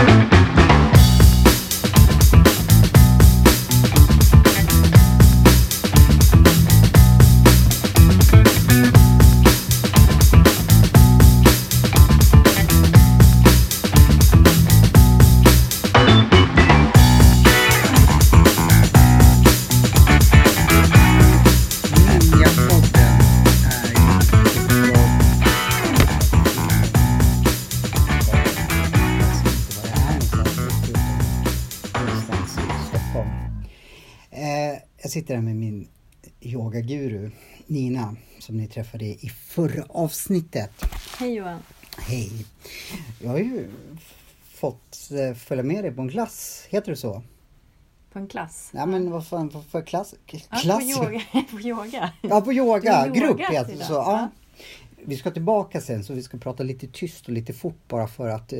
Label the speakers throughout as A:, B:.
A: Jag sitter här med min yogaguru Nina som ni träffade i förra avsnittet.
B: Hej Johan.
A: Hej. Jag har ju fått följa med dig på en klass. Heter det så?
B: På en klass?
A: Ja, men vad fan för klass?
B: Ja, på yoga.
A: Ja, på yoga. Grupp heter det så. Ja.
B: Ja.
A: Vi ska tillbaka sen så vi ska prata lite tyst och lite fort bara för att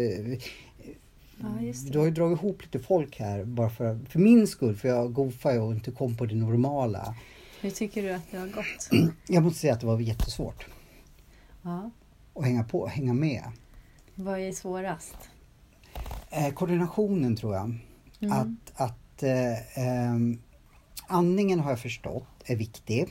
A: du har ju dragit ihop lite folk här bara för min skull, för jag goofar ju och inte kom på det normala.
B: Hur tycker du att det har gått?
A: Jag måste säga att det var jättesvårt.
B: Ja.
A: Och hänga med.
B: Vad är svårast?
A: Koordinationen tror jag. Att andningen har jag förstått är viktig.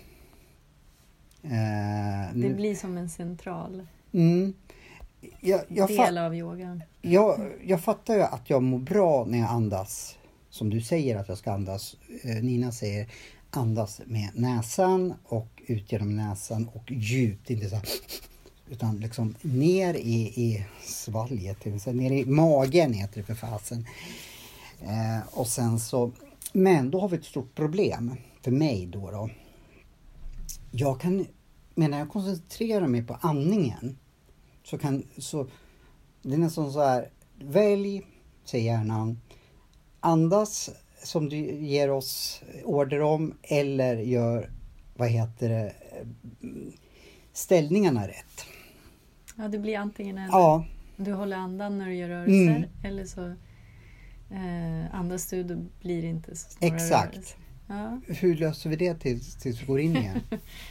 B: Det blir som en central
A: jag
B: del av yogan.
A: Jag fattar ju att jag mår bra när jag andas. Som du säger att jag ska andas. Nina säger andas med näsan och ut genom näsan och djupt. Inte så här, utan liksom ner i svalget. Ner i magen heter det för fasen. Och sen så, men då har vi ett stort problem för mig då. När jag koncentrerar mig på andningen så det är nästan så här, välj, säger hjärnan, andas som du ger oss order om eller gör, ställningarna rätt.
B: Ja, det blir antingen du håller andan när du gör rörelser eller så andas du, då blir det inte så snarare
A: exakt.
B: Rörelser. Ja.
A: Hur löser vi det tills vi går in igen?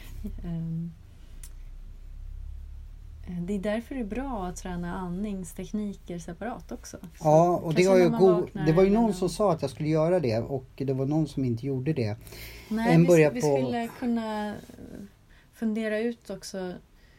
B: Det är därför det är bra att träna andningstekniker separat också. Så
A: ja, och det var ju någon som
B: så
A: sa att jag skulle göra det och det var någon som inte gjorde det.
B: Nej, vi skulle kunna fundera ut också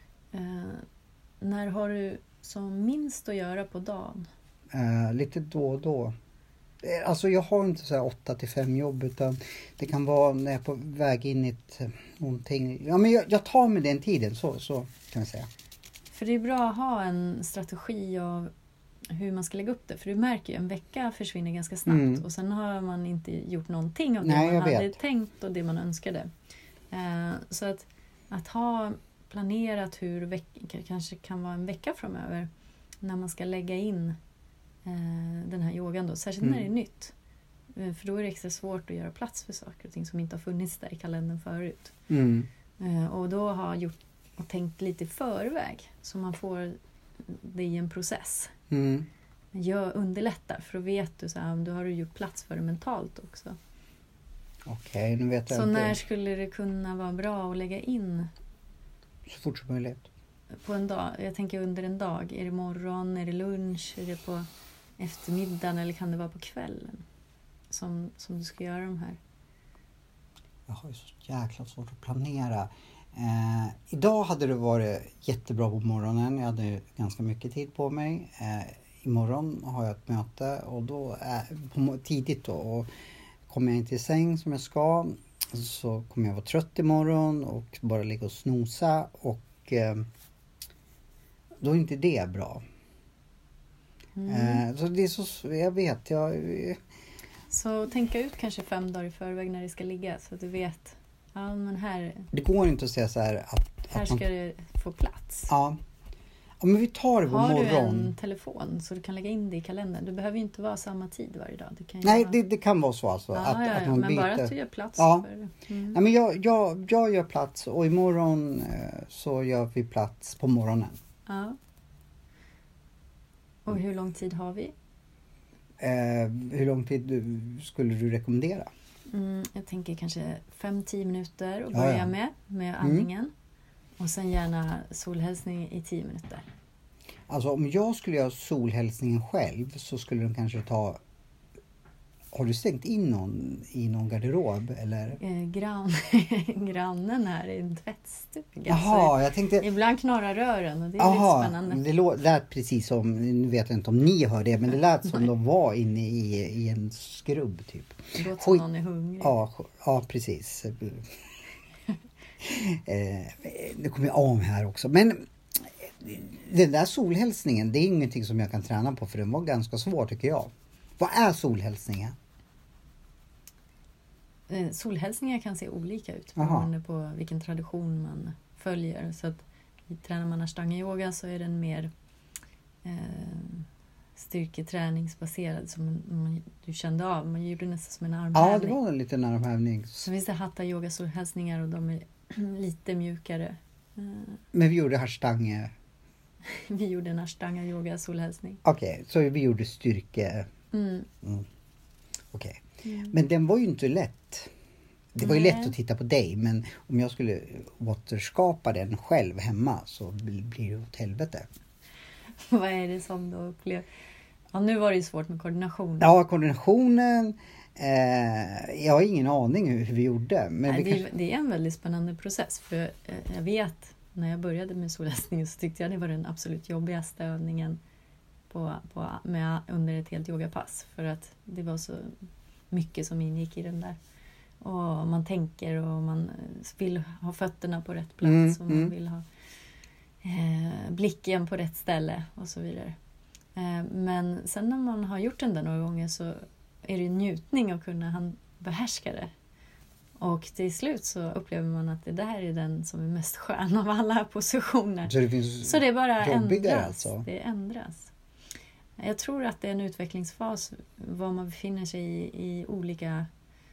B: när har du som minst att göra på dagen?
A: Lite då och då. Alltså jag har inte så här 8-5 jobb, utan det kan vara när jag är på väg in i någonting. Ja, men jag tar med den tiden, så kan jag säga.
B: För det är bra att ha en strategi av hur man ska lägga upp det. För du märker ju, en vecka försvinner ganska snabbt. Och sen har man inte gjort någonting av det man hade tänkt och det man önskade. Så att ha planerat hur kanske kan vara en vecka framöver när man ska lägga in den här yogan då. Särskilt när det är nytt. För då är det extra svårt att göra plats för saker och ting som inte har funnits där i kalendern förut. Och då har gjort och tänkt lite i förväg så man får det i en process. Jag underlättar, för då vet du så här, då har du gjort plats för det mentalt också.
A: Okej, nu vet jag
B: så
A: inte.
B: När skulle det kunna vara bra att lägga in?
A: Så fort som möjligt.
B: På en dag, jag tänker under en dag. Är det morgon, är det lunch, är det på eftermiddagen eller kan det vara på kvällen? Som du ska göra de här.
A: Jag har ju så jäkla svårt att planera. Idag hade det varit jättebra på morgonen. Jag hade ganska mycket tid på mig. Imorgon har jag ett möte och då tidigt då. Och kommer jag inte i säng som jag ska så kommer jag vara trött imorgon och bara ligga och snosa. Och då är inte det bra. Så det är så, jag vet.
B: Så tänka ut kanske 5 dagar i förväg när det ska ligga så att du vet. Ja, men här.
A: Det går inte att säga så här
B: här ska det få plats.
A: Ja. Ja, men vi tar det på morgon.
B: Har du en telefon så du kan lägga in det i kalendern? Du behöver ju inte vara samma tid varje dag. Det kan
A: det kan vara så alltså. Att man
B: men
A: byter.
B: bara att du gör plats för det.
A: Ja, men jag gör plats och imorgon så gör vi plats på morgonen.
B: Ja. Och hur lång tid har vi?
A: Hur lång tid skulle du rekommendera?
B: Jag tänker kanske 5-10 minuter att börja med andningen. Och sen gärna solhälsning i 10 minuter.
A: Alltså om jag skulle göra solhälsningen själv så skulle den kanske ta... Har du stängt in någon i någon garderob eller?
B: Grannen här i en tvättstuga.
A: Jaha, jag tänkte...
B: Ibland knorrar rören och det är lite spännande.
A: Det lät precis som, nu vet jag inte om ni hör det, men det lät som de var inne i en skrubb typ.
B: Det låter som någon är hungrig.
A: Ja, precis. Nu kommer jag av här också. Men den där solhälsningen, det är ingenting som jag kan träna på för den var ganska svår tycker jag. Vad är solhälsningen?
B: Solhälsningar kan se olika ut beroende på vilken tradition man följer. Så att tränar man ashtanga yoga så är den mer styrketräningsbaserad som du kände av. Man gjorde nästan som en armhävning.
A: Ja, det var en liten armhävning.
B: Så finns det hatha yoga solhälsningar och de är lite mjukare.
A: Men vi gjorde ashtanga.
B: Vi gjorde en ashtanga yoga solhälsning.
A: Okej, så vi gjorde styrke. Okej. Men den var ju inte lätt. Det var ju lätt att titta på dig, men om jag skulle återskapa den själv hemma så blir det åt helvete.
B: Vad är det som du upplever? Ja, nu var det ju svårt med koordinationen.
A: Ja, koordinationen. Jag har ingen aning hur vi gjorde. Men
B: det är en väldigt spännande process. För jag vet, när jag började med solhälsningen så tyckte jag det var den absolut jobbigaste övningen under ett helt yogapass. För att det var så mycket som ingick i den där. Och man tänker och man vill ha fötterna på rätt plats och man vill ha blicken på rätt ställe och så vidare. Men sen när man har gjort den där några gånger så är det njutning att kunna behärska det. Och till slut så upplever man att det där är den som är mest skön av alla positioner. Så det bara ändras. Alltså. Det ändras. Jag tror att det är en utvecklingsfas var man befinner sig i olika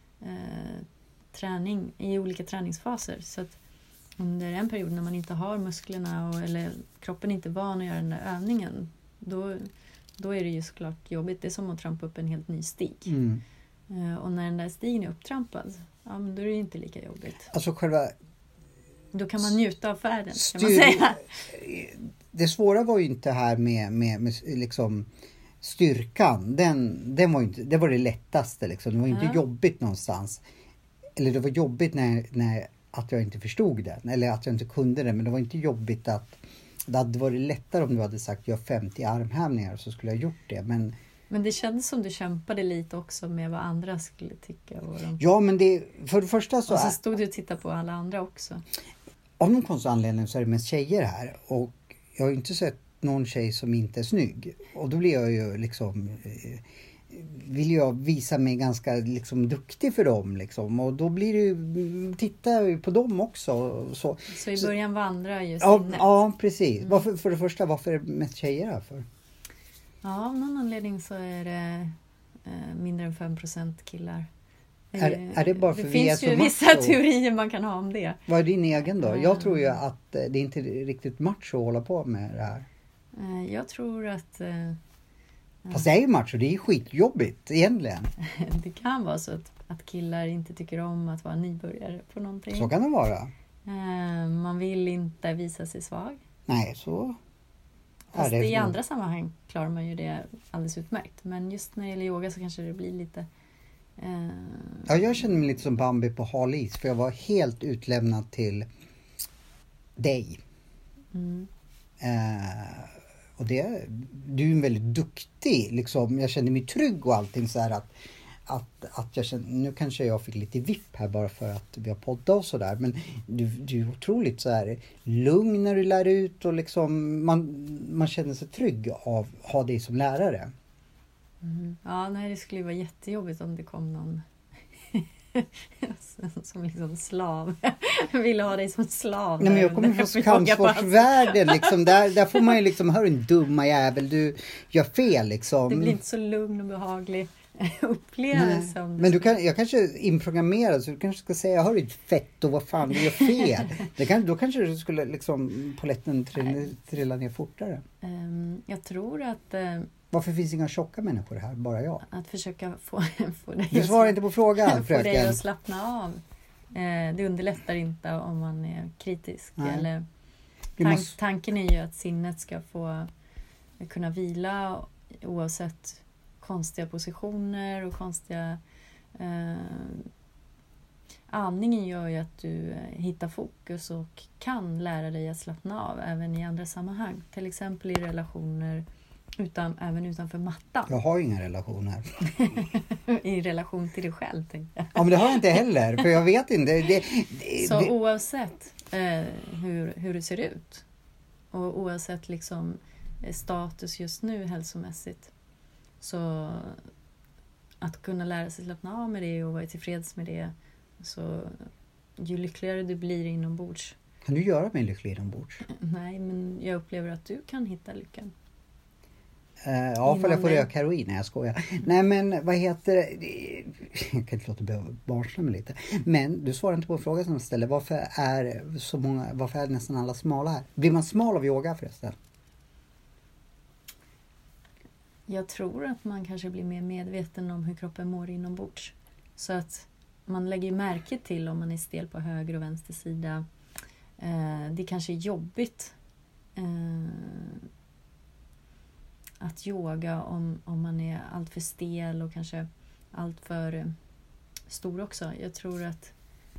B: olika träningsfaser. Så att under en period när man inte har musklerna eller kroppen inte är van att göra den där övningen, då är det ju såklart jobbigt. Det är som att trampa upp en helt ny stig. Och när den där stigen är upptrampad, men då är det inte lika jobbigt.
A: Alltså själva...
B: Då kan man njuta av färden, kan man säga.
A: Det svåra var ju inte här med liksom styrkan. Den var ju inte, det var det lättaste liksom. Det var inte jobbigt någonstans. Eller det var jobbigt när att jag inte förstod den. Eller att jag inte kunde det. Men det var inte jobbigt att... Det hade varit lättare om du hade sagt gör 50 armhävningar så skulle jag ha gjort det. Men
B: det kändes som du kämpade lite också med vad andra skulle tycka.
A: Ja, men det... För det första så...
B: Och så stod du och tittade på alla andra också.
A: Av någon konstig anledning så är det mest tjejer här. Och jag har inte sett någon tjej som inte är snygg. Och då blir jag ju liksom... Vill jag visa mig ganska liksom duktig för dem liksom. Och då blir det ju... Titta på dem också. Så
B: i början vandrar ju sinnet.
A: Ja, precis. För det första, varför är det mest tjejer här för?
B: Ja, av någon anledning så är det mindre än 5% killar.
A: Är det bara för
B: det finns ju vissa teorier man kan ha om det.
A: Vad är din egen då? Jag tror ju att det inte är riktigt macho att hålla på med det här.
B: Jag tror att...
A: Fast det är ju macho, det är skitjobbigt egentligen.
B: Det kan vara så att killar inte tycker om att vara nybörjare på någonting.
A: Så kan det vara.
B: Man vill inte visa sig svag.
A: Nej, så...
B: Fast i andra sammanhang klarar man ju det alldeles utmärkt. Men just när det gäller yoga så kanske det blir lite...
A: Ja, jag känner mig lite som Bambi på hal is. För jag var helt utlämnad till dig. Och du är väldigt duktig. Liksom. Jag kände mig trygg och allting så här att jag kände, nu kanske jag fick lite vipp här bara för att vi har poddat och sådär. Men du är otroligt så här lugn när du lär ut och liksom man känner sig trygg av att ha dig som lärare.
B: Ja, nej, det skulle vara jättejobbigt om det kom någon som liksom slav. Vill ha dig som slav.
A: Nej, men jag kommer från kampsportsvärlden liksom. Där får man ju liksom, hör en dumma jävel, du gör fel liksom.
B: Det blir inte så lugn och behaglig upplevelse.
A: Men jag kanske är inprogrammerad så du kanske ska säga, hör ditt fett och vad fan du gör fel. Då kanske du skulle liksom poletten trilla ner fortare.
B: Jag tror att...
A: Varför finns inga tjocka människor här? Bara jag.
B: Att försöka få dig...
A: Du svarar inte på frågan, fröken.
B: Få dig att slappna av. Det underlättar inte om man är kritisk. Eller tanken är ju att sinnet ska få kunna vila oavsett konstiga positioner och konstiga... Andningen gör ju att du hittar fokus och kan lära dig att slappna av även i andra sammanhang. Till exempel i relationer, även utanför mattan.
A: Jag har inga relationer.
B: I relation till dig själv, tänkte jag.
A: Ja, men det har jag inte heller, för jag vet inte.
B: Så oavsett hur det ser ut och oavsett liksom status just nu hälsomässigt, så att kunna lära sig slappna av med det och vara tillfreds med det, så ju lyckligare du blir inombords.
A: Kan du göra mig lycklig inombords?
B: Nej, men jag upplever att du kan hitta lyckan.
A: Ja, för jag får röka heroin. Nej, jag skojar. Nej, men vad heter det? Jag kan inte låta bli barnsna mig lite. Men du svarar inte på en fråga som jag ställer. Varför är nästan alla smala här? Blir man smal av yoga förresten?
B: Jag tror att man kanske blir mer medveten om hur kroppen mår inombords. Så att man lägger märke till om man är stel på höger och vänster sida. Det kanske är jobbigt att yoga om man är allt för stel och kanske allt för stor också. Jag tror att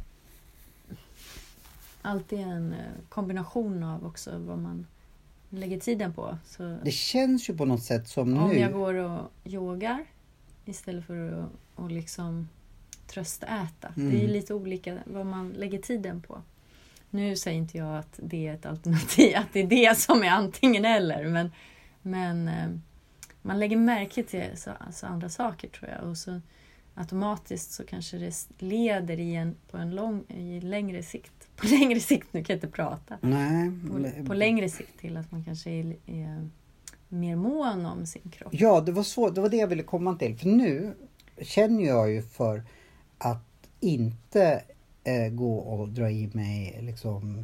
B: allt är en kombination av också vad man lägger tiden på. Så
A: det känns ju på något sätt som
B: om
A: nu...
B: jag går och yogar istället för att liksom tröstäta. Det är lite olika vad man lägger tiden på. Nu säger inte jag att det är ett alternativ, att det är det som är antingen eller, men man lägger märke till alltså andra saker, tror jag, och så automatiskt så kanske det leder i längre sikt. På längre sikt, nu kan jag inte prata.
A: Nej.
B: På längre sikt till att man kanske är mer mån om sin kropp.
A: Ja, det var det jag ville komma till. För nu känner jag ju för att inte gå och dra i mig liksom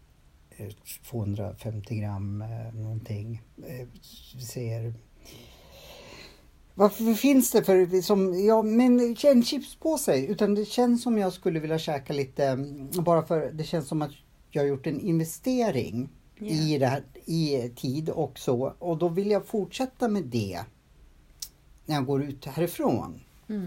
A: 250 gram någonting. Varför finns det för som men en chips på sig, utan det känns som jag skulle vilja käka lite, bara för det känns som att jag har gjort en investering i det här, i tid och så, och då vill jag fortsätta med det när jag går ut härifrån.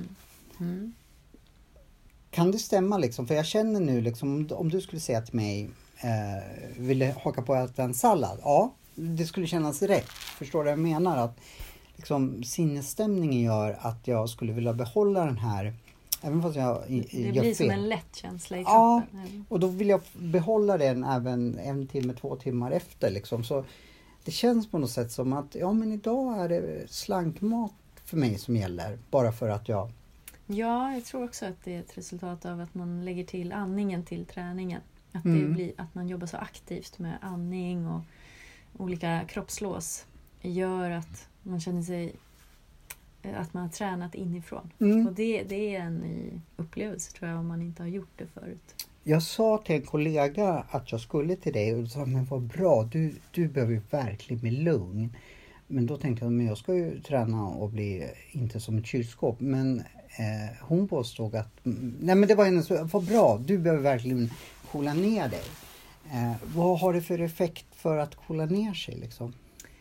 A: Kan det stämma liksom? För jag känner nu liksom, om du skulle säga till mig vill haka på att äta en sallad, ja, det skulle kännas rätt. Förstår du vad jag menar? Att liksom, sinnesstämningen gör att jag skulle vilja behålla den här, även fast jag
B: det blir som en lätt känsla i
A: kroppen.
B: Ja,
A: och då vill jag behålla den även 1 timme, 2 timmar efter liksom. Så det känns på något sätt som att men idag är det slankmat för mig som gäller, bara för att jag...
B: Ja, jag tror också att det är ett resultat av att man lägger till andningen till träningen. Att det blir att man jobbar så aktivt med andning och olika kroppslås gör att man känner sig att man har tränat inifrån. Och det är en ny upplevelse, tror jag, om man inte har gjort det förut.
A: Jag sa till en kollega att jag skulle till dig och sa, men vad bra, du behöver verkligen bli lugn. Men då tänkte jag, men jag ska ju träna och bli inte som ett kylskåp. Men hon påstod att, nej men det var hennes, vad bra, du behöver verkligen coola ner dig. Vad har det för effekt för att coola ner sig liksom?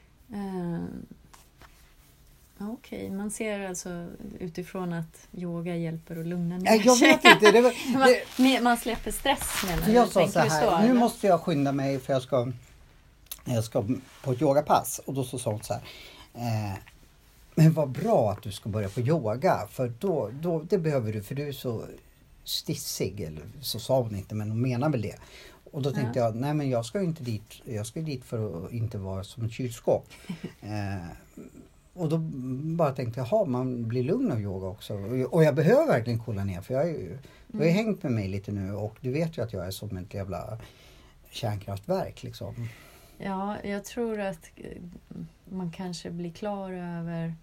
B: Okej, man ser alltså utifrån att yoga hjälper att lugna ner sig.
A: Jag vet inte.
B: Man släpper stress, menar
A: du? Jag sa så här, nu måste jag skynda mig för jag ska på ett yogapass. Och då sa hon så här, men vad bra att du ska börja på yoga. För då det behöver du, för du är så stissig. Eller så sa hon inte, men hon menar väl det. Och då tänkte jag, nej men jag ska inte dit. Jag ska dit för att inte vara som ett kylskåp. Och då bara tänkte jag, man blir lugn av yoga också. Och jag behöver verkligen kolla ner, för du har ju hängt med mig lite nu. Och du vet ju att jag är som ett jävla kärnkraftverk liksom.
B: Ja, jag tror att man kanske blir klar över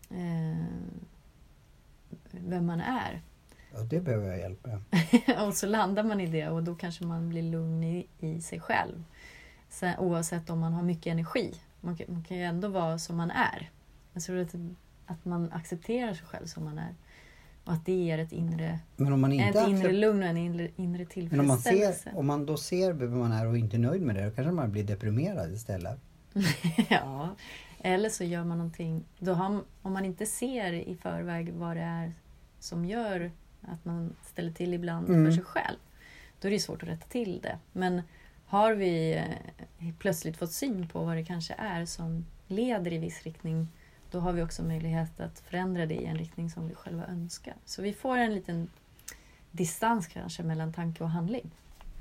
B: vem man är.
A: Ja, det behöver jag hjälp med.
B: Och så landar man i det, och då kanske man blir lugn i sig själv. Sen, oavsett om man har mycket energi. Man kan ju ändå vara som man är. Jag tror att man accepterar sig själv som man är. Och att det ger ett inre lugn och en inre tillfredsställelse.
A: Men om man då ser vem man är och inte är nöjd med det, då kanske man blir deprimerad istället.
B: Ja, Eller så gör man någonting, om man inte ser i förväg vad det är som gör att man ställer till ibland för sig själv, då är det svårt att rätta till det. Men har vi plötsligt fått syn på vad det kanske är som leder i viss riktning, då har vi också möjlighet att förändra det i en riktning som vi själva önskar. Så vi får en liten distans kanske mellan tanke och handling.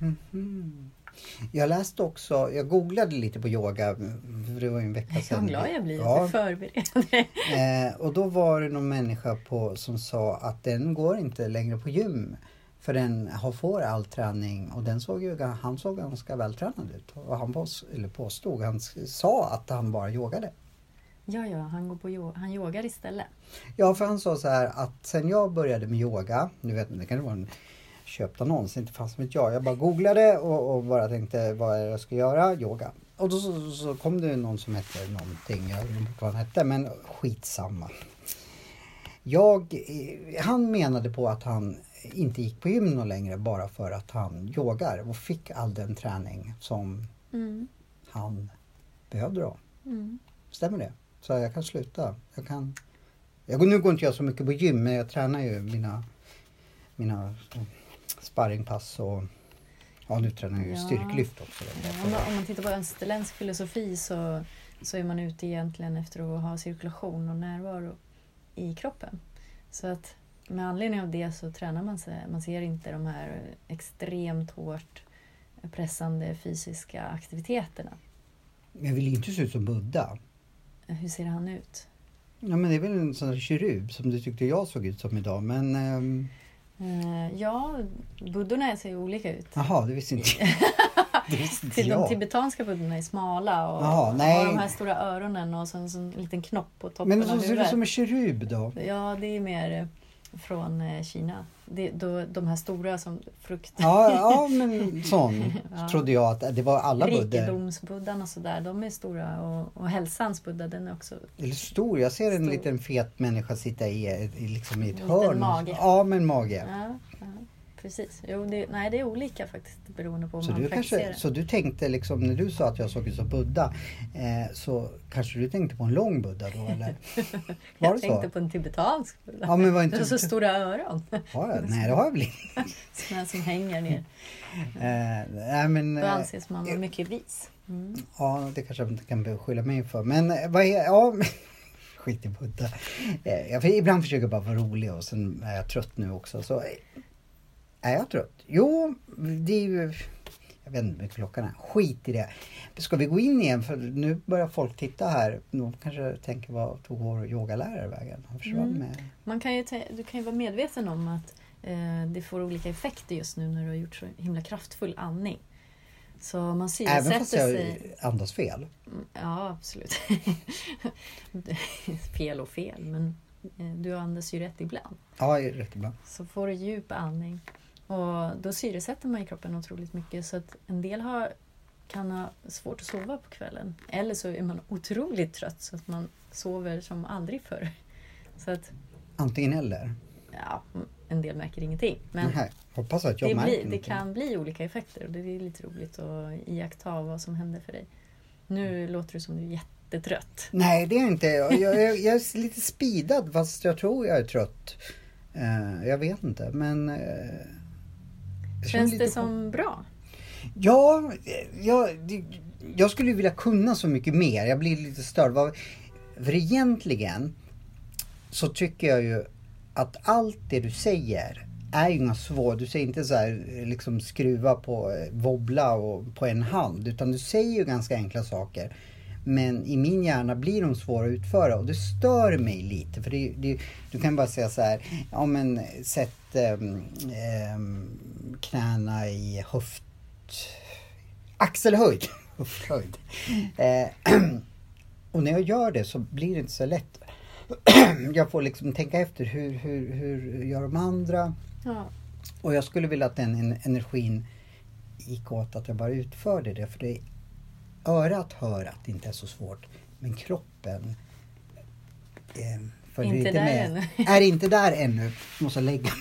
A: Jag läste också, jag googlade lite på yoga, för det var ju en vecka sedan.
B: Jag är glad jag blir för förberedd.
A: Och då var det någon människa som sa att den går inte längre på gym, för den får all träning, och han såg ganska vältränad ut. Och han sa att han bara yogade.
B: Ja, han yogar istället.
A: Ja, för han sa så här att sen jag började med yoga, nu vet ni, det kan vara en köpt annons, inte fanns som ett jag bara googlade och bara tänkte vad är det jag ska göra, yoga. Och då så kom det någon som hette någonting, jag vet inte vad han hette, men skitsamma. Han menade på att han inte gick på gym längre bara för att han yogar och fick all den träning som han behövde då. Stämmer det? Så jag kan sluta. Nu går inte jag så mycket på gym, men jag tränar ju mina sparringpass och nu tränar jag ju styrkelyft också.
B: Om man tittar på österländsk filosofi så är man ute egentligen efter att ha cirkulation och närvaro i kroppen. Så att med anledning av det så tränar man sig. Man ser inte de här extremt hårt pressande fysiska aktiviteterna.
A: Jag vill inte se ut som Buddha.
B: Hur ser han ut?
A: Ja, men det är väl en sån här kirub som du tyckte jag såg ut som idag, men...
B: Ja, buddorna ser olika ut.
A: Jaha, det visste inte jag.
B: De tibetanska buddorna är smala och har de här stora öronen och så en liten knopp på toppen av huvudet.
A: Men så ser det som en kirub då?
B: Ja, det är mer från Kina. De här stora som frukt.
A: Ja, men sån trodde jag att det var alla buddor.
B: Rikedomsbuddan och sådär, de är stora, och hälsans buddha, den är också...
A: Eller stor, jag ser en liten fet människa sitta i ett
B: en
A: hörn.
B: Mage.
A: Ja, med en mage.
B: Ja, precis. Jo, det är olika faktiskt beroende på om
A: så
B: man praktiserar.
A: Så du tänkte liksom, när du sa att jag såg ut som Buddha, så kanske du tänkte på en lång Buddha då, eller? Var
B: jag tänkte på en tibetansk Buddha.
A: Ja, men var inte...
B: så stora öron.
A: Nej, det har jag väl inte.
B: Sådana som hänger ner. Då anses man vara mycket vis.
A: Ja, det kanske jag inte kan beskylla mig för. Men skit i Buddha. Ibland försöker jag bara vara rolig, och sen är jag trött nu också. Så är jag trött? Jo, det är ju... Jag vet inte hur klockan är. Skit i det. Ska vi gå in igen? För nu börjar folk titta här. De kanske tänker, vad tog vår yogalärare vägen? Han försvann med.
B: Du kan ju vara medveten om att det får olika effekter just nu när du har gjort så himla kraftfull andning. Så man syresätter sig...
A: Även fast jag andas fel?
B: Ja, absolut. fel och fel, men du andas ju rätt ibland.
A: Ja, rätt ibland.
B: Så får du djup andning. Och då syresätter man i kroppen otroligt mycket, så att en del kan ha svårt att sova på kvällen. Eller så är man otroligt trött så att man sover som aldrig förr. Så att,
A: antingen eller?
B: Ja, en del märker ingenting. Men
A: hoppas att jag märker
B: det kan bli olika effekter, och det är lite roligt att iaktta vad som händer för dig. Nu låter du som du är jättetrött.
A: Nej, det är inte. Jag är lite speedad, fast jag tror jag är trött. Jag vet inte, men...
B: Känns det som bra?
A: Ja, jag skulle vilja kunna så mycket mer. Jag blir lite störd. För egentligen så tycker jag ju att allt det du säger är ju inga svårt. Du säger inte så här liksom skruva på, wobbla och på en hand, utan du säger ju ganska enkla saker. Men i min hjärna blir de svåra att utföra, och det stör mig lite. För du kan bara säga så här, ja men sätt knäna i axelhöjd. Höfthöjd. Och när jag gör det så blir det inte så lätt. Jag får liksom tänka efter hur gör de andra.
B: Ja.
A: Och jag skulle vilja att den energin gick åt att jag bara utförde det. För det örat hör att det inte är så svårt. Men kroppen
B: inte där ännu.
A: Är inte där ännu. Måste lägga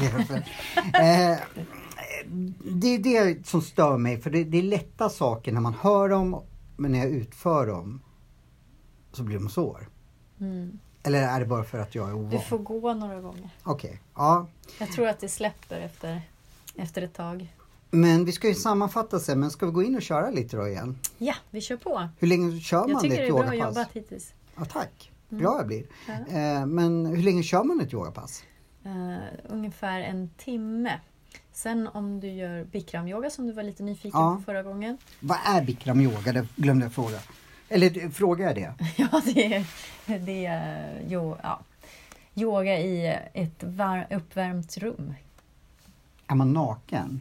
A: det är det som stör mig. För det är lätta saker när man hör dem. Men när jag utför dem så blir de sår. Eller är det bara för att jag är ovan?
B: Du får gå några gånger.
A: Okej, ja.
B: Jag tror att det släpper efter ett tag.
A: Men vi ska ju sammanfatta sen, men ska vi gå in och köra lite då igen?
B: Ja, vi kör på.
A: Hur länge kör man ett yogapass?
B: Jag tycker det är bra jobbat hittills.
A: Ja, tack. Bra jag blir. Ja. Men hur länge kör man ett yogapass?
B: Ungefär 1 timme. Sen om du gör Bikram-yoga som du var lite nyfiken på förra gången.
A: Vad är Bikram-yoga? Det glömde jag fråga. Eller frågar jag det?
B: Ja, det är yoga i ett uppvärmt rum.
A: Är man naken?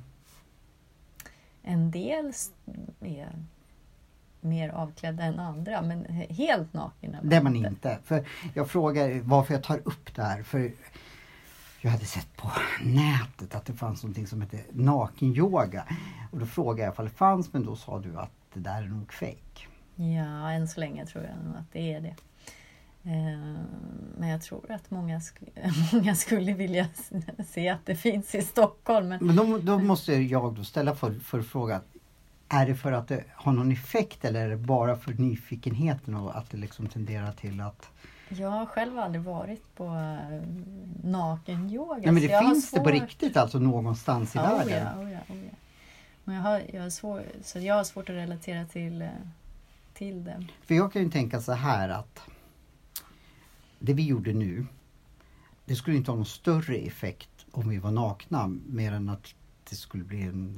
B: En del är mer avklädda än andra, men helt naken.
A: Det är man inte. För jag frågar varför jag tar upp det här. För jag hade sett på nätet att det fanns någonting som heter nakenyoga. Och då frågade jag ifall det fanns, men då sa du att det där är nog fake.
B: Ja, än så länge tror jag nog att det är det. Men jag tror att många skulle vilja se att det finns i Stockholm.
A: Men då måste jag då ställa för frågan. Är det för att det har någon effekt eller är det bara för nyfikenheten och att det liksom tenderar till att...
B: Jag har själv aldrig varit på nakenyoga.
A: Nej, men det finns det på riktigt alltså någonstans i världen?
B: Ja. Men jag har svårt att relatera till det.
A: För jag kan ju tänka så här att det vi gjorde nu, det skulle inte ha någon större effekt om vi var nakna, mer än att det skulle bli en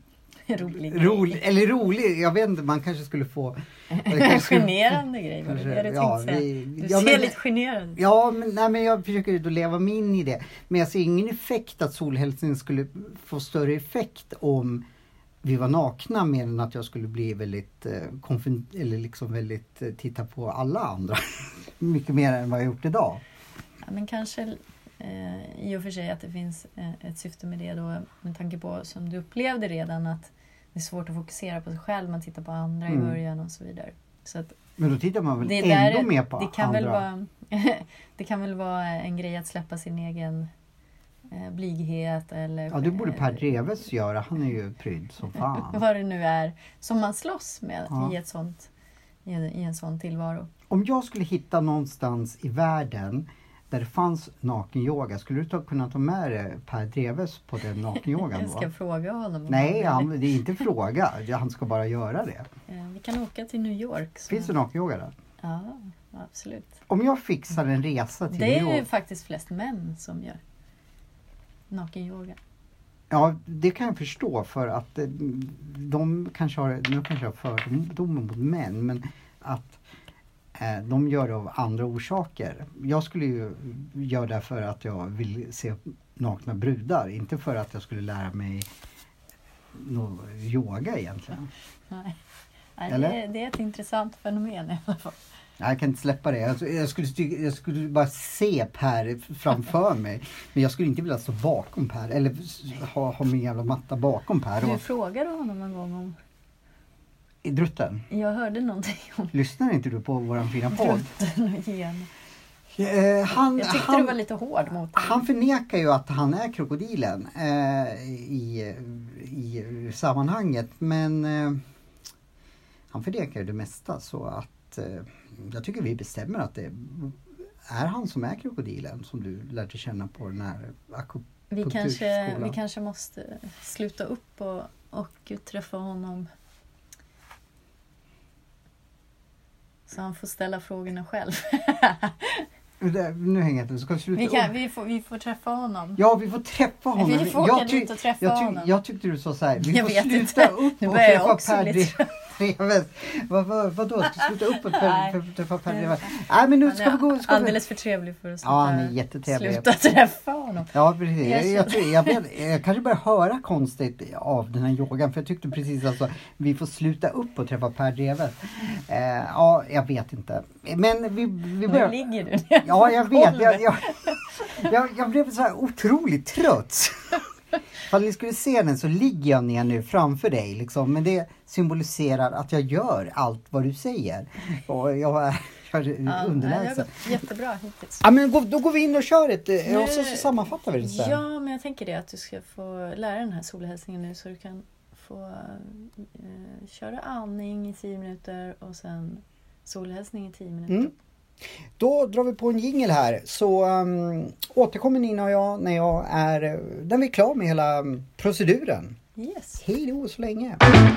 A: rolig, jag vet inte, man kanske skulle få...
B: Generande grej, var det du tänkte säga? Du ser lite generande.
A: Ja, men jag försöker då leva mig in i det. Men jag ser ingen effekt att solhälsningen skulle få större effekt om vi var nakna, mer än att jag skulle bli väldigt titta på alla andra. Mycket mer än vad jag gjort idag.
B: Ja, men kanske i och för sig att det finns ett syfte med det då, med tanke på som du upplevde redan att det är svårt att fokusera på sig själv, man tittar på andra i början och så vidare. Så att
A: men då tittar man väl ändå mer på andra?
B: Det kan väl vara en grej att släppa sin egen blyghet eller...
A: Ja, det borde Per Dreves göra. Han är ju pryd som fan.
B: Vad det nu är som man slåss med i en sån tillvaro.
A: Om jag skulle hitta någonstans i världen där det fanns nakenyoga, skulle du kunna ta med dig Per Dreves på den nakenyogan då?
B: Jag ska fråga honom.
A: Nej, det är inte fråga. Han ska bara göra det.
B: Vi kan åka till New York.
A: Finns det nakenyoga där?
B: Ja, absolut.
A: Om jag fixar en resa till New York...
B: Det är ju faktiskt flest män som gör nakenyoga.
A: Ja, det kan jag förstå, för att de kanske har fördomar mot män, men att de gör det av andra orsaker. Jag skulle ju göra det för att jag vill se nakna brudar, inte för att jag skulle lära mig yoga egentligen.
B: Nej, det är ett intressant fenomen i alla fall.
A: Jag kan inte släppa det. Jag skulle bara se Per framför mig. Men jag skulle inte vilja stå bakom Per. Eller ha min jävla matta bakom Per.
B: Du frågade honom en gång om...
A: I drutten?
B: Jag hörde någonting om...
A: Lyssnar inte du på våran fina podd?
B: Drutten och gen. Jag tyckte du var lite hård mot honom.
A: Han förnekar ju att han är krokodilen i sammanhanget. Men han förnekar det mesta, så att jag tycker vi bestämmer att det är han som är krokodilen som du lärde känna på den här akupunkturskolan.
B: Vi kanske måste sluta upp och träffa honom så han får ställa frågorna själv.
A: Nu hänger jag inte. Ska vi sluta
B: vi får träffa honom.
A: Ja, vi får träffa honom.
B: Vi får åka dit och träffa honom.
A: Jag tyckte du sa så här. Vi
B: jag
A: får sluta
B: inte.
A: upp
B: nu
A: och
B: träffa Per
A: Dreves. Vadå? Sluta upp och träffa Per Dreves? Nej, men nu ska vi gå.
B: Alldeles för trevlig för att
A: sluta
B: träffa honom.
A: Ja, precis. Jag kanske börjar höra konstigt av den här yogan. För jag tyckte precis alltså vi får sluta upp och träffa Per Dreves. Ja, jag vet inte. Men vi börjar...
B: Nu ligger du.
A: Ja, jag vet. Jag blev så här otroligt trött. Om ni skulle se den så ligger jag ner nu framför dig. Liksom. Men det symboliserar att jag gör allt vad du säger. Och jag är underlägsen.
B: Det har gått jättebra hittills.
A: Ja, men då går vi in och kör ett. Och så sammanfattar vi det sen.
B: Ja, men jag tänker det att du ska få lära den här solhälsningen nu. Så du kan få köra andning i 10 minuter. Och sen Solhälsning i 10 minuter.
A: Då drar vi på en jingle här. Så återkommer Nina och jag när vi är klar med hela proceduren.
B: Yes.
A: Hej då så länge.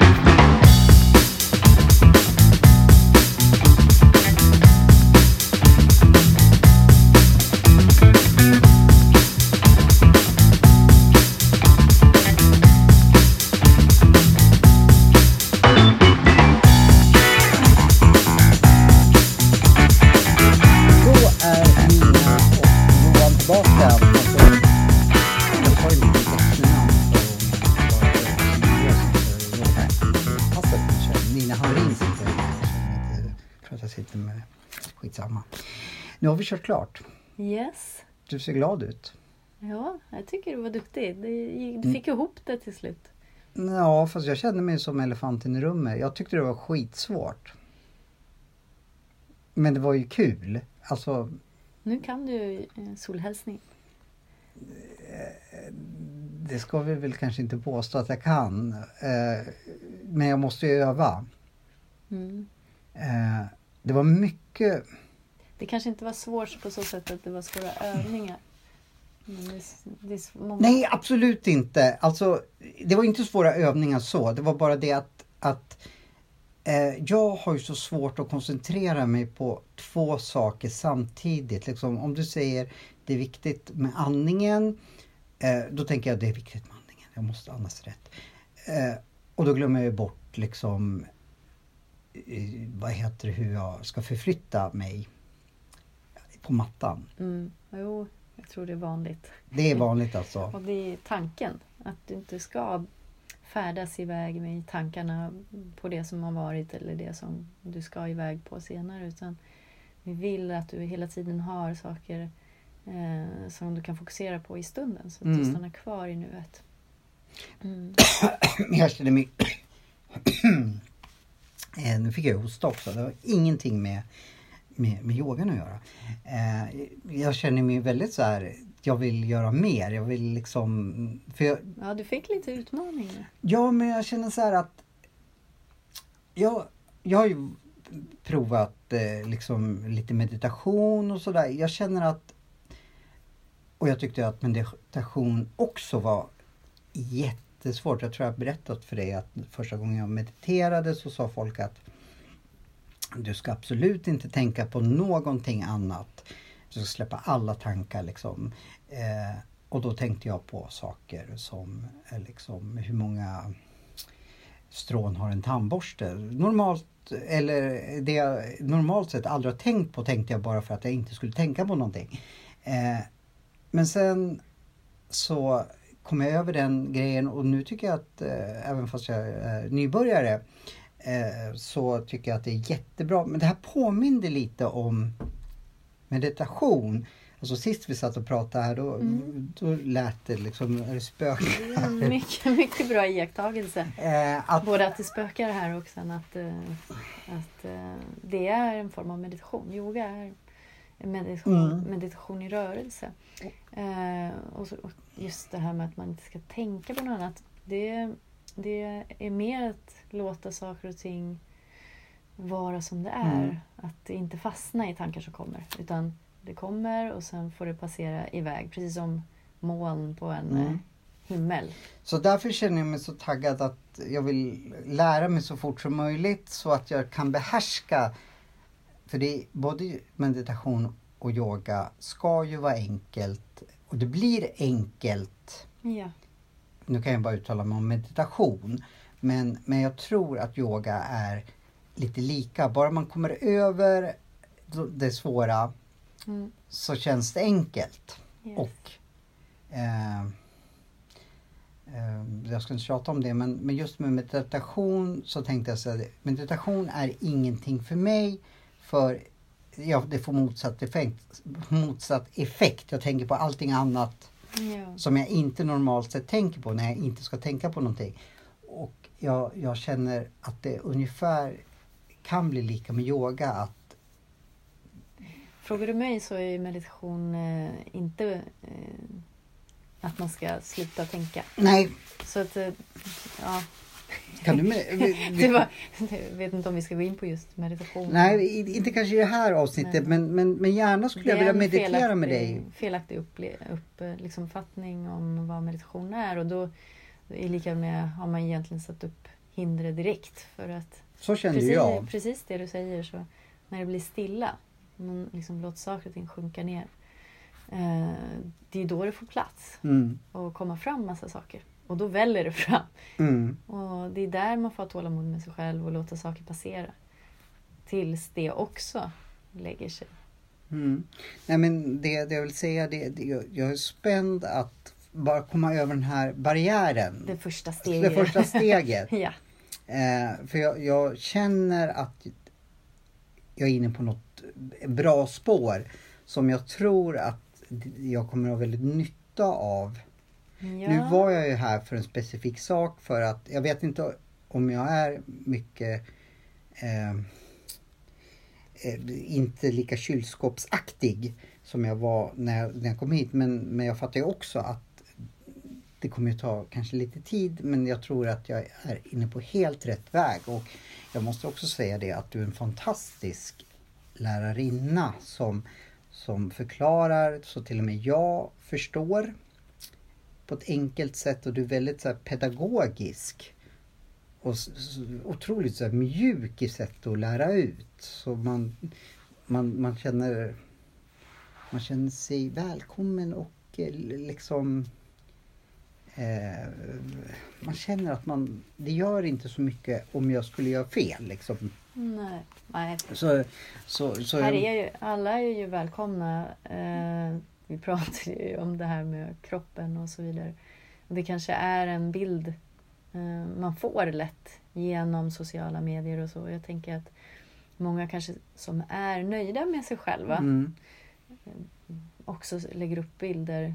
A: Skitsamma. Nu har vi kört klart.
B: Yes.
A: Du ser glad ut.
B: Ja, jag tycker du var duktig. Du fick ihop det till slut.
A: Ja, fast jag kände mig som elefanten i rummet. Jag tyckte det var skitsvårt. Men det var ju kul. Alltså...
B: Nu kan du solhälsning.
A: Det ska vi väl kanske inte påstå att jag kan. Men jag måste ju öva. Det var mycket...
B: Det kanske inte var svårt på så sätt att det var svåra övningar.
A: Nej, absolut inte. Alltså, det var inte svåra övningar så. Det var bara det att jag har ju så svårt att koncentrera mig på 2 saker samtidigt. Liksom, om du säger det är viktigt med andningen, då tänker jag det är viktigt med andningen. Jag måste andas rätt. Och då glömmer jag bort liksom... hur jag ska förflytta mig på mattan.
B: Jo, jag tror det är vanligt.
A: Det är vanligt alltså.
B: Och det är tanken. Att du inte ska färdas iväg med tankarna på det som har varit eller det som du ska iväg på senare. Utan vi vill att du hela tiden har saker som du kan fokusera på i stunden. Så att du stannar kvar i nuet.
A: Jag känner mig... Nu fick jag hosta också. Det har ingenting med yogan att göra. Jag känner mig väldigt så här... Jag vill göra mer. Jag vill liksom...
B: Ja, du fick lite utmaningar.
A: Ja, men jag känner så här att... Jag har ju provat liksom lite meditation och sådär. Jag känner att... Och jag tyckte att meditation också var jättesvårt. Jag tror jag har berättat för dig att första gången jag mediterade så sa folk att du ska absolut inte tänka på någonting annat. Du ska släppa alla tankar liksom. Och då tänkte jag på saker som liksom, hur många strån har en tandborste. Normalt sett aldrig har tänkt på, tänkte jag bara för att jag inte skulle tänka på någonting. Men sen så kom jag över den grejen och nu tycker jag att även fast jag är nybörjare så tycker jag att det är jättebra. Men det här påminner lite om meditation. Alltså sist vi satt och pratade här då lät det liksom, är det spökar?
B: Mycket bra iakttagelse. Både att det spökar här och sen att det är en form av meditation. Yoga är meditation i rörelse. Och just det här med att man inte ska tänka på något annat. Det är mer att låta saker och ting vara som det är. Att inte fastna i tankar som kommer. Utan det kommer och sen får det passera iväg. Precis som moln på en himmel.
A: Så därför känner jag mig så taggad att jag vill lära mig så fort som möjligt. Så att jag kan behärska. För det är både meditation och yoga ska ju vara enkelt. Och det blir enkelt.
B: Ja.
A: Nu kan jag bara uttala mig om meditation. Men jag tror att yoga är lite lika. Bara man kommer över det svåra så känns det enkelt. Yes. Och jag ska inte tjata om det. Men just med meditation så tänkte jag så här. Meditation är ingenting för mig. För det får motsatt effekt. Jag tänker på allting annat som jag inte normalt sett tänker på när jag inte ska tänka på någonting. Och jag känner att det ungefär kan bli lika med yoga. Att
B: frågar du mig så är meditation inte att man ska sluta tänka.
A: Nej.
B: Så att, ja.
A: Kan du
B: jag vet inte om vi ska gå in på just meditation.
A: Nej, inte kanske i det här avsnittet, men gärna skulle jag vilja meditera med dig.
B: Felaktig uppfattning om vad meditation är, och då är lika med har man egentligen satt upp hinder direkt för att
A: så kände jag.
B: Precis det du säger, så när det blir stilla, man liksom låter saker och ting sjunka ner. Det är då det får plats och komma fram massa saker. Och då väller det fram. Och det är där man får tålamod med sig själv och låta saker passera. Tills det också lägger sig.
A: Nej, men det jag vill säga, jag är spänd att bara komma över den här barriären.
B: Det första steget. Ja.
A: För jag känner att jag är inne på något bra spår som jag tror att jag kommer att ha väldigt nytta av. Ja. Nu var jag ju här för en specifik sak, för att jag vet inte om jag är mycket inte lika kylskåpsaktig som jag var när jag kom hit, men jag fattar ju också att det kommer att ta kanske lite tid, men jag tror att jag är inne på helt rätt väg. Och jag måste också säga det att du är en fantastisk lärarinna som förklarar så till och med jag förstår på ett enkelt sätt, och du är väldigt så här pedagogisk och otroligt så här mjuk i sätt att lära ut, så man känner sig välkommen och liksom man känner att det gör inte så mycket om jag skulle göra fel liksom.
B: Nej.
A: Så
B: här är ju, alla är ju välkomna. Vi pratar ju om det här med kroppen och så vidare. Det kanske är en bild man får lätt genom sociala medier och så. Jag tänker att många kanske som är nöjda med sig själva också lägger upp bilder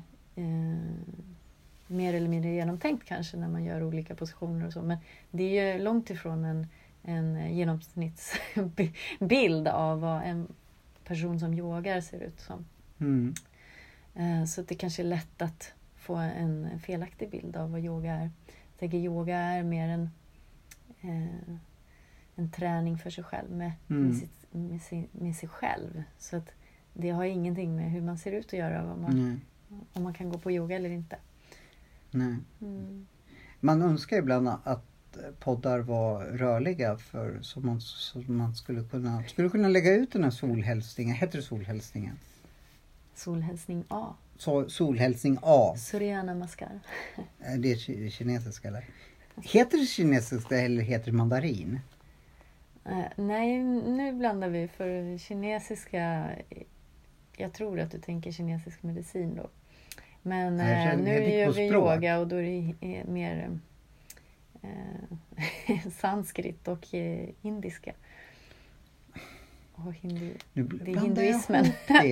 B: mer eller mindre genomtänkt kanske när man gör olika positioner och så. Men det är ju långt ifrån en genomsnittsbild av vad en person som yogar ser ut som. Så det kanske är lätt att få en felaktig bild av vad yoga är. Jag tänker yoga är mer en träning för sig själv med sig själv. Så att det har ingenting med hur man ser ut att göra, om man kan gå på yoga eller inte.
A: Nej. Man önskar ibland att poddar var rörliga så man skulle kunna lägga ut den här solhälsningen. Heter det solhälsningen?
B: Solhälsning A.
A: Solhälsning A.
B: Surya Namaskar.
A: Det är kinesiska eller? Heter det kinesiska eller heter det mandarin?
B: Nej, nu blandar vi, för kinesiska, jag tror att du tänker kinesisk medicin då. Men nu gör vi yoga och då är det mer sanskrit och indiska. Och det är hinduismen.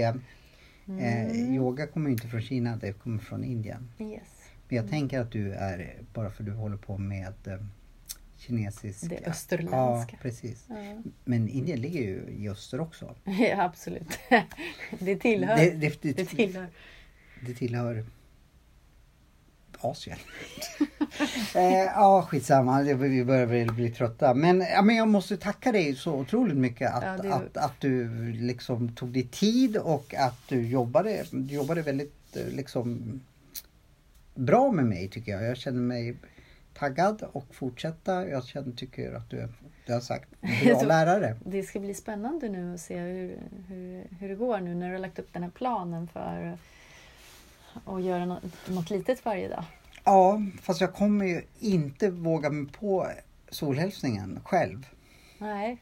A: Yoga kommer inte från Kina, det kommer från Indien.
B: Yes.
A: Men jag tänker att du är, bara för att du håller på med kinesiska.
B: Det österländska.
A: Ja, precis. Ja. Men Indien ligger ju i öster också.
B: Ja, absolut. Det tillhör.
A: Det tillhör Asien. Skitsamma. Vi börjar väl bli trötta. Men jag måste tacka dig så otroligt mycket att du liksom tog dig tid och att du jobbade väldigt liksom bra med mig, tycker jag. Jag känner mig taggad och fortsätta. Jag tycker att du har sagt bra lärare.
B: Det ska bli spännande nu att se hur det går nu när du har lagt upp den här planen för att göra något litet varje dag.
A: Ja, fast jag kommer ju inte våga mig på solhälsningen själv.
B: Nej.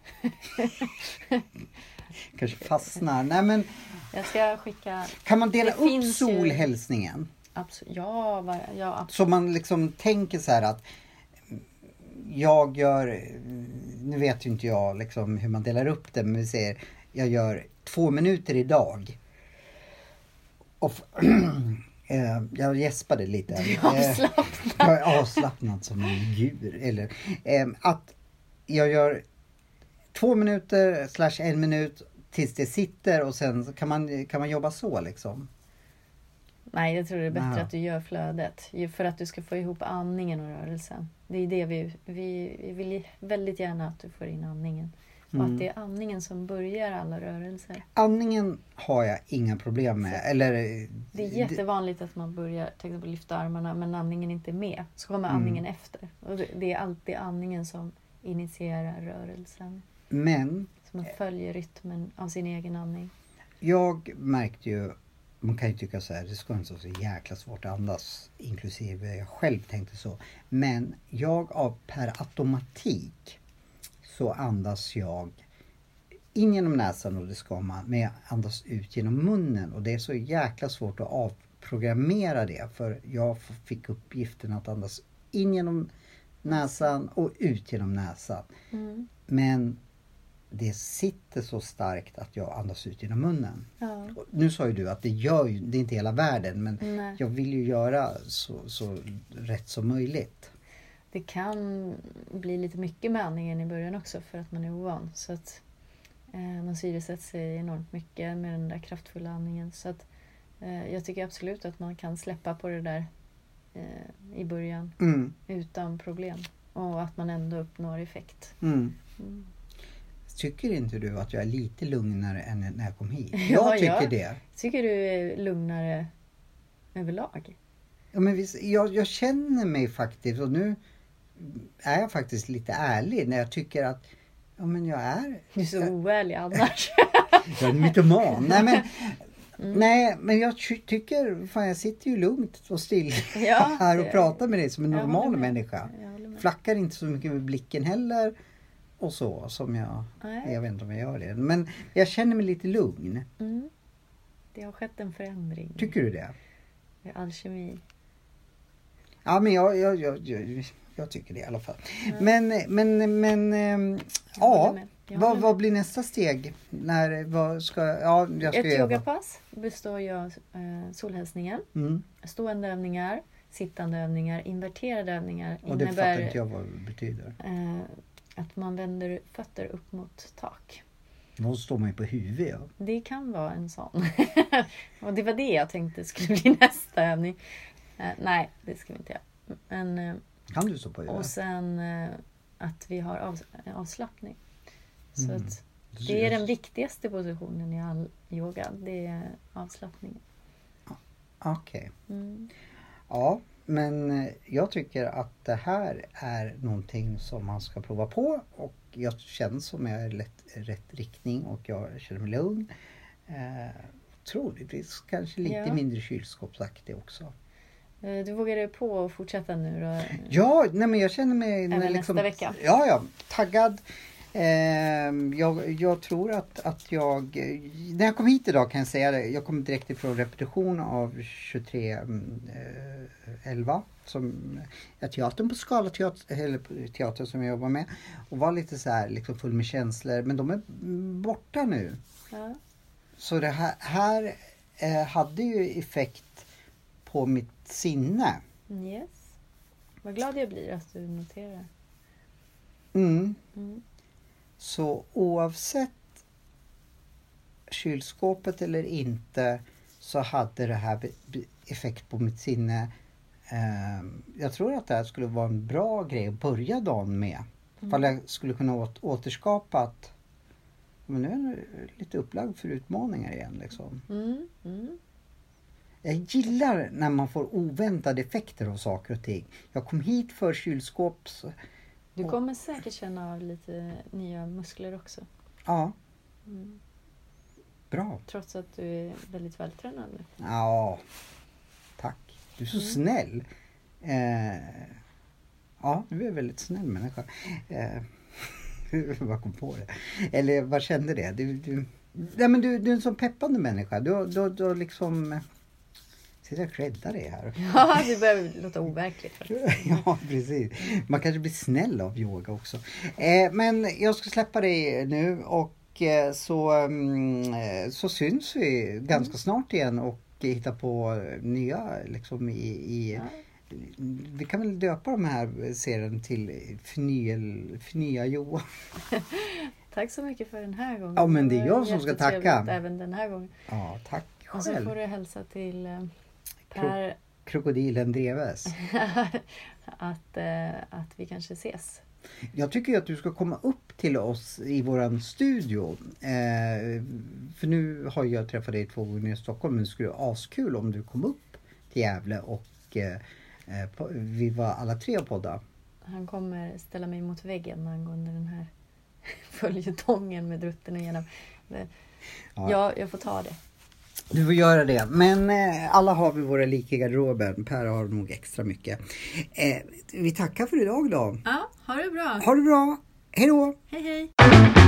A: Kanske fastnar. Nej, men
B: jag ska skicka.
A: Kan man dela upp solhälsningen?
B: Absolut. Ja, absolut.
A: Så man liksom tänker så här att jag gör, nu vet ju inte jag liksom hur man delar upp det, men vi säger jag gör 2 minuter idag. Och jag gäspade lite. Jag är avslappnad som en djur. Eller, att jag gör 2 minuter / 1 minut tills det sitter, och sen kan man jobba så liksom.
B: Nej, jag tror det är bättre att du gör flödet. För att du ska få ihop andningen och rörelsen. Det är det vi vill väldigt gärna att du får in andningen. Och att det är andningen som börjar alla rörelser.
A: Andningen har jag inga problem med.
B: Det är jättevanligt att man börjar till exempel lyfta armarna men andningen inte är med. Så kommer andningen efter. Och det är alltid andningen som initierar rörelsen.
A: Men
B: så man följer rytmen av sin egen andning.
A: Jag märkte ju, man kan ju tycka så här, det ska inte vara så jäkla svårt att andas, inklusive jag själv tänkte så. Men per automatik så andas jag in genom näsan, och det ska man, men jag andas ut genom munnen. Och det är så jäkla svårt att avprogrammera det, för jag fick uppgiften att andas in genom näsan och ut genom näsan. Men det sitter så starkt att jag andas ut genom munnen. Ja. Nu sa ju du att det är inte hela världen, men jag vill ju göra så rätt som möjligt.
B: Det kan bli lite mycket med andningen i början också för att man är ovan. Så att man syresätter sig enormt mycket med den där kraftfulla andningen. Så att jag tycker absolut att man kan släppa på det där i början utan problem. Och att man ändå uppnår effekt.
A: Tycker inte du att jag är lite lugnare än när jag kom hit? Jag tycker det.
B: Tycker du är lugnare överlag?
A: Ja, men visst, jag känner mig faktiskt, och nu är jag faktiskt lite ärlig när jag tycker att men jag är...
B: Du är så oärlig annars.
A: Jag är en mytoman. Nej, men jag tycker, jag sitter ju lugnt och still här och pratar med dig som en normal människa. Flackar inte så mycket med blicken heller. Och så som jag vet inte om jag gör det. Men jag känner mig lite lugn.
B: Det har skett en förändring.
A: Tycker du det?
B: Det är alkemi.
A: Ja, men jag tycker det i alla fall. Vad blir nästa steg? Jag ska
B: ett yogapass består ju av solhälsningen. Stående övningar, sittande övningar, inverterade övningar.
A: Och det fattar inte jag vad det betyder.
B: Att man vänder fötter upp mot tak.
A: Då står man ju på huvudet. Ja.
B: Det kan vara en sån. Och det var det jag tänkte skulle bli nästa övning. Nej, det ska vi inte göra. Men,
A: kan du stå på huvudet?
B: Och sen att vi har avslappning. Så att det är den viktigaste positionen i all yoga. Det är avslappningen.
A: Okej. Ja, men jag tycker att det här är någonting som man ska prova på. Och jag känner som jag är rätt riktning och jag känner mig lugn. Troligtvis kanske lite mindre kylskåpsaktig också.
B: Du vågar dig på att fortsätta nu då?
A: Ja, men jag känner mig...
B: Även nästa vecka?
A: Ja, taggad. Jag tror att jag... När jag kom hit idag kan jag säga det. Jag kom direkt ifrån repetition av 2311 som är teatern på Skala teater som jag jobbar med. Och var lite så här liksom full med känslor. Men de är borta nu. Ja. Så det här hade ju effekt på mitt sinne.
B: Yes. Vad glad jag blir att du noterar.
A: Så oavsett kylskåpet eller inte så hade det här effekt på mitt sinne. Jag tror att det här skulle vara en bra grej att börja dagen med. För jag skulle kunna återskapa att men nu är jag lite upplagd för utmaningar igen liksom. Jag gillar när man får oväntade effekter av saker och ting. Jag kom hit för kylskåps...
B: Du kommer säkert känna av lite nya muskler också.
A: Ja. Bra.
B: Trots att du är väldigt vältränad nu.
A: Ja, tack. Du är så snäll. Ja, du är en väldigt snäll människa. Vad kom på det? Eller vad kände det? Du är en sån peppande människa. Du liksom... Jag creddar det här.
B: Ja, det börjar låta overkligt faktiskt.
A: Ja, precis. Man kanske blir snäll av yoga också. Men jag ska släppa dig nu och så syns vi ganska snart igen och hitta på nya liksom vi kan väl döpa de här serien till förnya Johan.
B: Tack så mycket för den här gången.
A: Ja, men det är jag som ska tacka.
B: Även den här gången.
A: Ja, tack själv.
B: Och så får du hälsa till
A: Krokodilen Dreves.
B: Att vi kanske ses.
A: Jag tycker att du ska komma upp till oss i våran studio. För nu har jag träffat dig 2 gånger i Stockholm. Men det skulle vara askul om du kom upp till Gävle och vi var alla 3 och podda.
B: Han kommer ställa mig mot väggen angående den här följetongen med drutten igenom. Ja, jag får ta det.
A: Du får göra det. Men alla har vi våra lika garderoben. Per har nog extra mycket. Vi tackar för idag då.
B: Ja, ha det bra.
A: Ha det bra. Hej då.
B: Hej hej.